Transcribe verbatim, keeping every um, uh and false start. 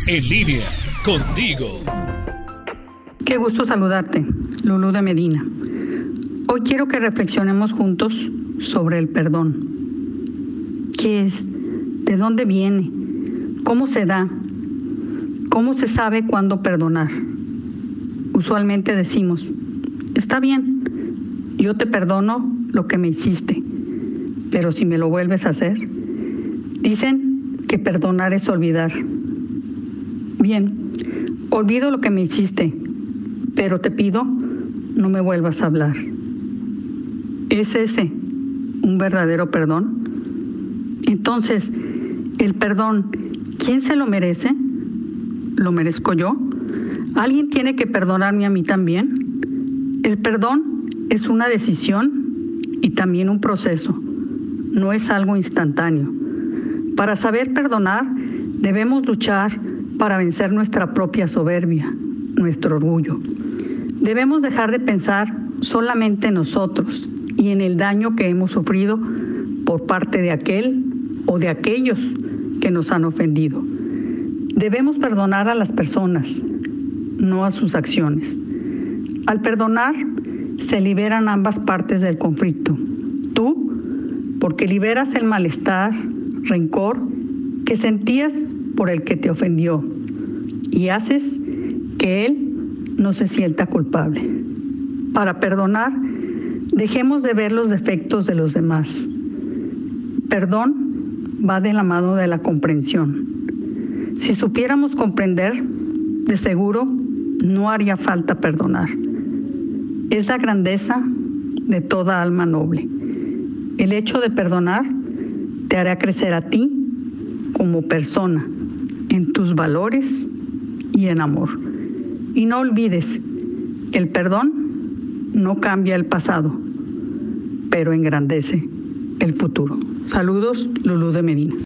En línea contigo. Qué gusto saludarte, Lulú de Medina. Hoy quiero que reflexionemos juntos sobre el perdón. ¿Qué es? ¿De dónde viene? ¿Cómo se da? ¿Cómo se sabe cuándo perdonar? Usualmente decimos, está bien, yo te perdono lo que me hiciste, pero si me lo vuelves a hacer, dicen que perdonar es olvidar. Bien, olvido lo que me hiciste, pero te pido, no me vuelvas a hablar. ¿Es ese un verdadero perdón? Entonces, el perdón, ¿quién se lo merece? ¿Lo merezco yo? ¿Alguien tiene que perdonarme a mí también? El perdón es una decisión y también un proceso. No es algo instantáneo. Para saber perdonar, debemos luchar para vencer nuestra propia soberbia, nuestro orgullo. Debemos dejar de pensar solamente en nosotros y en el daño que hemos sufrido por parte de aquel o de aquellos que nos han ofendido. Debemos perdonar a las personas, no a sus acciones. Al perdonar, se liberan ambas partes del conflicto. Tú, porque liberas el malestar, rencor que sentías por el que te ofendió y haces que él no se sienta culpable. Para perdonar, dejemos de ver los defectos de los demás. Perdón va de la mano de la comprensión. Si supiéramos comprender, de seguro no haría falta perdonar. Es la grandeza de toda alma noble. El hecho de perdonar te hará crecer a ti como persona, en tus valores y en amor. Y no olvides que el perdón no cambia el pasado, pero engrandece el futuro. Saludos, Lulú de Medina.